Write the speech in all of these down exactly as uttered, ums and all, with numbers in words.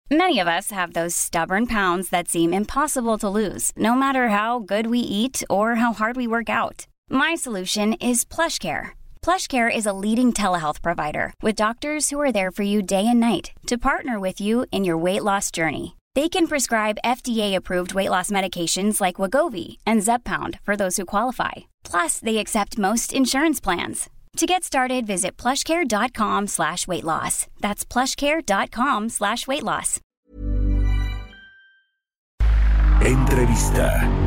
Many of us have those stubborn pounds that seem impossible to lose, no matter how good we eat or how hard we work out. My solution is PlushCare. PlushCare is a leading telehealth provider with doctors who are there for you day and night to partner with you in your weight loss journey. They can prescribe F D A-approved weight loss medications like Wegovy and Zepbound for those who qualify. Plus, they accept most insurance plans. To get started, visit plushcare.com slash weight loss. That's plushcare.com slash weight loss. Entrevista.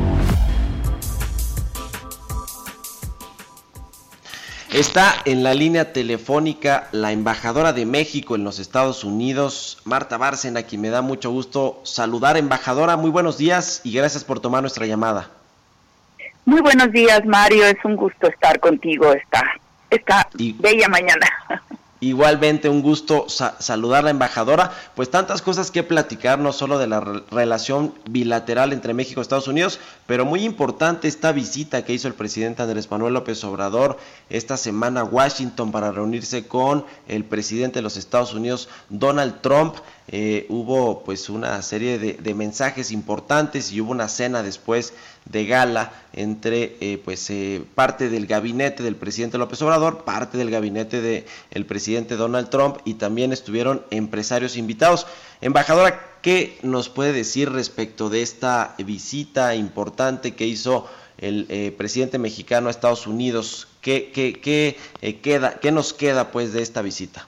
Está en la línea telefónica la embajadora de México en los Estados Unidos, Marta Bárcena, a quien me da mucho gusto saludar. Embajadora, muy buenos días y gracias por tomar nuestra llamada. Muy buenos días, Mario. Es un gusto estar contigo esta, esta y... bella mañana. Igualmente un gusto sa- saludar a la embajadora, pues tantas cosas que platicar, no solo de la re- relación bilateral entre México y Estados Unidos, pero muy importante esta visita que hizo el presidente Andrés Manuel López Obrador esta semana a Washington para reunirse con el presidente de los Estados Unidos, Donald Trump. Eh, hubo pues una serie de, de mensajes importantes y hubo una cena después de gala entre eh, pues eh, parte del gabinete del presidente López Obrador, parte del gabinete del presidente Donald Trump, y también estuvieron empresarios invitados. Embajadora, ¿qué nos puede decir respecto de esta visita importante que hizo el eh, presidente mexicano a Estados Unidos? ¿Qué, qué, qué, eh, queda, qué nos queda pues de esta visita?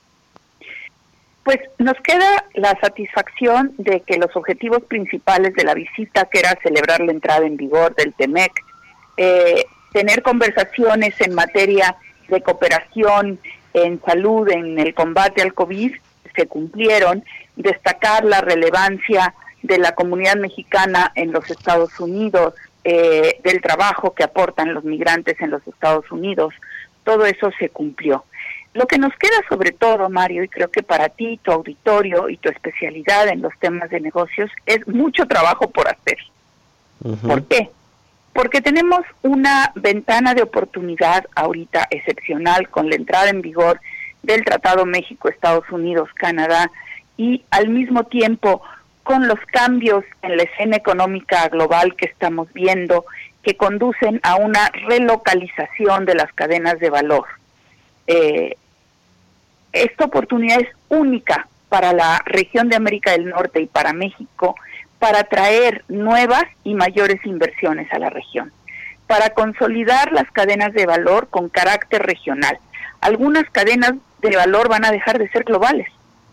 Pues nos queda la satisfacción de que los objetivos principales de la visita, que era celebrar la entrada en vigor del T M E C, eh, tener conversaciones en materia de cooperación en salud, en el combate al COVID, se cumplieron. Destacar la relevancia de la comunidad mexicana en los Estados Unidos, eh, del trabajo que aportan los migrantes en los Estados Unidos, todo eso se cumplió. Lo que nos queda sobre todo, Mario, y creo que para ti, tu auditorio y tu especialidad en los temas de negocios, es mucho trabajo por hacer. Uh-huh. ¿Por qué? Porque tenemos una ventana de oportunidad ahorita excepcional con la entrada en vigor del Tratado México-Estados Unidos-Canadá y al mismo tiempo con los cambios en la escena económica global que estamos viendo, que conducen a una relocalización de las cadenas de valor. Eh, esta oportunidad es única para la región de América del Norte y para México para atraer nuevas y mayores inversiones a la región, para consolidar las cadenas de valor con carácter regional. Algunas cadenas de valor van a dejar de ser globales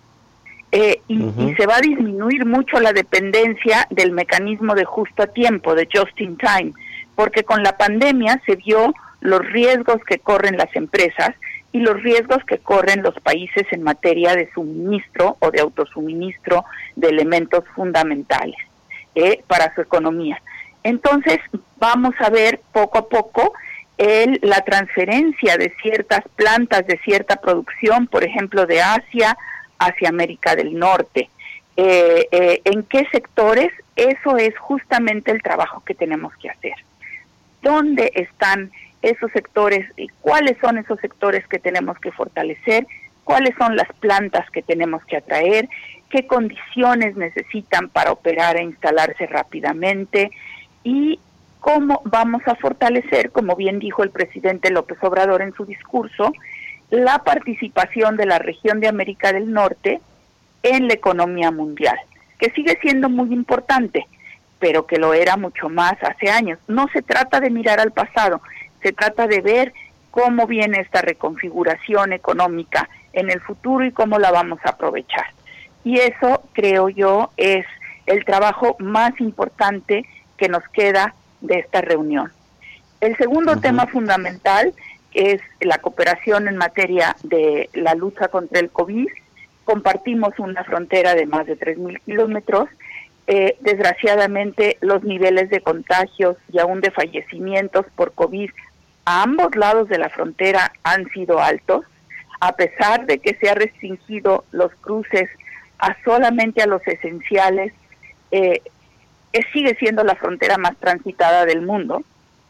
eh, y, uh-huh. y se va a disminuir mucho la dependencia del mecanismo de justo a tiempo, de just in time, porque con la pandemia se vio los riesgos que corren las empresas y los riesgos que corren los países en materia de suministro o de autosuministro de elementos fundamentales eh, para su economía. Entonces, vamos a ver poco a poco el, la transferencia de ciertas plantas, de cierta producción, por ejemplo, de Asia hacia América del Norte. Eh, eh, ¿En qué sectores? Eso es justamente el trabajo que tenemos que hacer. ¿Dónde están esos sectores y cuáles son esos sectores que tenemos que fortalecer? ¿Cuáles son las plantas que tenemos que atraer? ¿Qué condiciones necesitan para operar e instalarse rápidamente? Y cómo vamos a fortalecer, como bien dijo el presidente López Obrador en su discurso, la participación de la región de América del Norte en la economía mundial, que sigue siendo muy importante, pero que lo era mucho más hace años. No se trata de mirar al pasado, se trata de ver cómo viene esta reconfiguración económica en el futuro y cómo la vamos a aprovechar. Y eso, creo yo, es el trabajo más importante que nos queda de esta reunión. El segundo uh-huh. tema fundamental es la cooperación en materia de la lucha contra el COVID. Compartimos una frontera de más de tres mil kilómetros. Eh, desgraciadamente, los niveles de contagios y aún de fallecimientos por COVID a ambos lados de la frontera han sido altos, a pesar de que se ha restringido los cruces a solamente a los esenciales. Eh, eh, sigue siendo la frontera más transitada del mundo.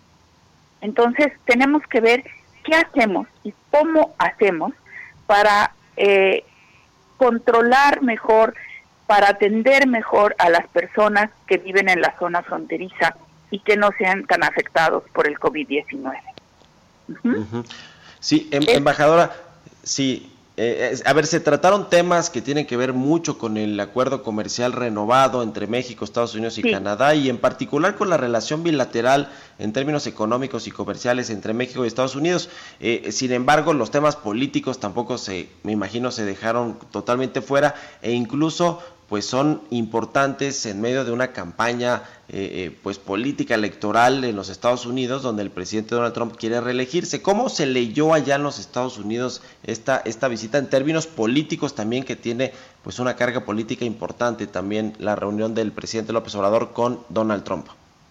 Entonces, tenemos que ver qué hacemos y cómo hacemos para eh, controlar mejor para atender mejor a las personas que viven en la zona fronteriza y que no sean tan afectados por el COVID diecinueve. Uh-huh. Uh-huh. Sí, em, embajadora, sí, eh, a ver, se trataron temas que tienen que ver mucho con el acuerdo comercial renovado entre México, Estados Unidos y sí. Canadá, y en particular con la relación bilateral en términos económicos y comerciales entre México y Estados Unidos. Eh, sin embargo, los temas políticos tampoco se, me imagino, se dejaron totalmente fuera, e incluso pues son importantes en medio de una campaña eh, eh, pues política electoral en los Estados Unidos, donde el presidente Donald Trump quiere reelegirse. ¿Cómo se leyó allá en los Estados Unidos esta esta visita en términos políticos también, que tiene pues una carga política importante también la reunión del presidente López Obrador con Donald Trump?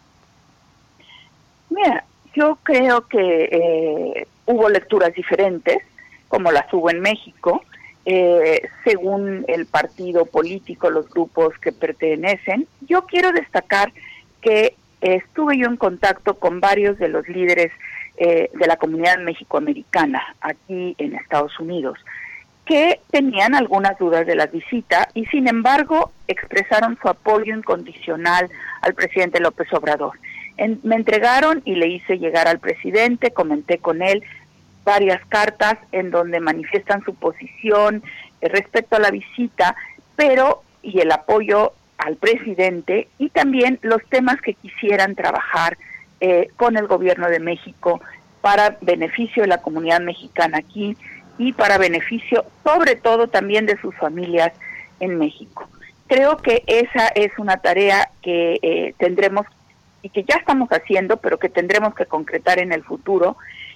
Mira, yo creo que eh, hubo lecturas diferentes, como las hubo en México. Eh, según el partido político, los grupos que pertenecen. Yo quiero destacar que eh, estuve yo en contacto con varios de los líderes eh, de la comunidad mexicoamericana aquí en Estados Unidos, que tenían algunas dudas de la visita y sin embargo expresaron su apoyo incondicional al presidente López Obrador. En, me entregaron y le hice llegar al presidente, comenté con él varias cartas en donde manifiestan su posición eh, respecto a la visita, pero y el apoyo al presidente y también los temas que quisieran trabajar eh, con el gobierno de México para beneficio de la comunidad mexicana aquí y para beneficio sobre todo también de sus familias en México. Creo que esa es una tarea que eh, tendremos y que ya estamos haciendo, pero que tendremos que concretar en el futuro.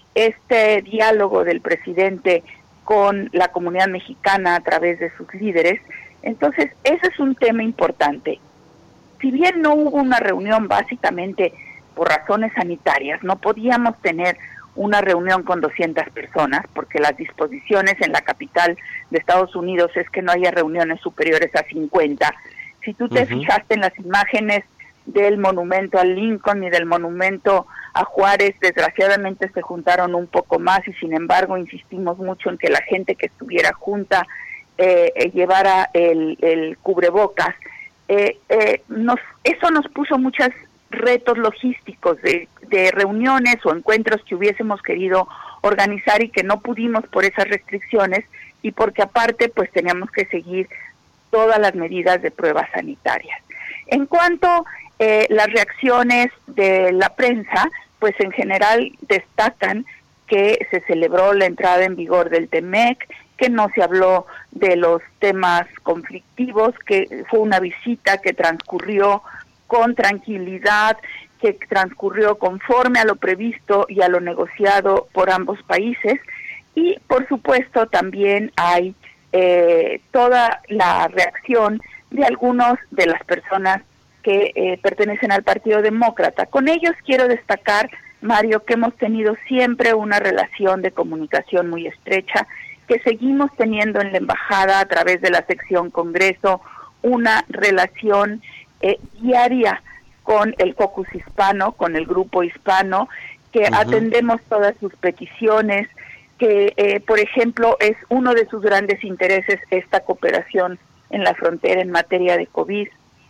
Este diálogo del presidente con la comunidad mexicana a través de sus líderes. Entonces, ese es un tema importante. Si bien no hubo una reunión básicamente por razones sanitarias, no podíamos tener una reunión con doscientas personas, porque las disposiciones en la capital de Estados Unidos es que no haya reuniones superiores a cincuenta. Si tú te uh-huh. fijaste en las imágenes del monumento a Lincoln y del monumento a Juárez, desgraciadamente se juntaron un poco más y sin embargo insistimos mucho en que la gente que estuviera junta eh, llevara el, el cubrebocas. Eh, eh, nos, eso nos puso muchos retos logísticos de, de reuniones o encuentros que hubiésemos querido organizar y que no pudimos por esas restricciones y porque aparte pues teníamos que seguir todas las medidas de pruebas sanitarias. En cuanto eh, las reacciones de la prensa, pues en general destacan que se celebró la entrada en vigor del T M E C, que no se habló de los temas conflictivos, que fue una visita que transcurrió con tranquilidad, que transcurrió conforme a lo previsto y a lo negociado por ambos países. Y por supuesto también hay eh, toda la reacción de algunos de las personas que eh, pertenecen al Partido Demócrata. Con ellos quiero destacar, Mario, que hemos tenido siempre una relación de comunicación muy estrecha, que seguimos teniendo en la embajada a través de la sección Congreso una relación eh, diaria con el caucus hispano, con el grupo hispano, que uh-huh. atendemos todas sus peticiones, que eh, por ejemplo es uno de sus grandes intereses esta cooperación en la frontera en materia de COVID,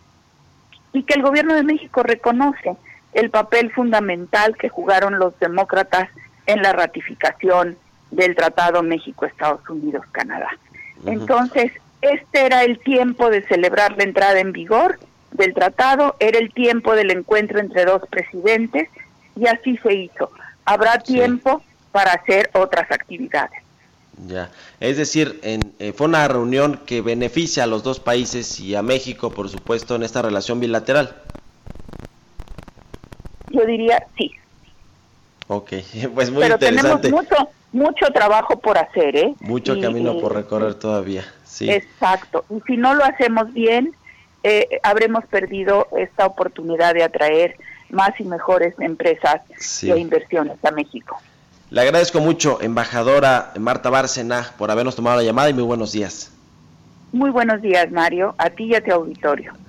y que el gobierno de México reconoce el papel fundamental que jugaron los demócratas en la ratificación del Tratado México-Estados Unidos-Canadá. Uh-huh. Entonces, este era el tiempo de celebrar la entrada en vigor del tratado, era el tiempo del encuentro entre dos presidentes, y así se hizo. Habrá tiempo sí. para hacer otras actividades. Ya, es decir, en, eh, fue una reunión que beneficia a los dos países y a México, por supuesto, en esta relación bilateral. Yo diría sí. Ok, pues muy Pero interesante. Tenemos mucho, mucho trabajo por hacer, ¿eh? Mucho y, camino y, por recorrer todavía, sí. Exacto, y si no lo hacemos bien, eh, habremos perdido esta oportunidad de atraer más y mejores empresas sí. e inversiones a México. Le agradezco mucho, embajadora Marta Bárcena, por habernos tomado la llamada y muy buenos días. Muy buenos días, Mario, a ti y a tu auditorio.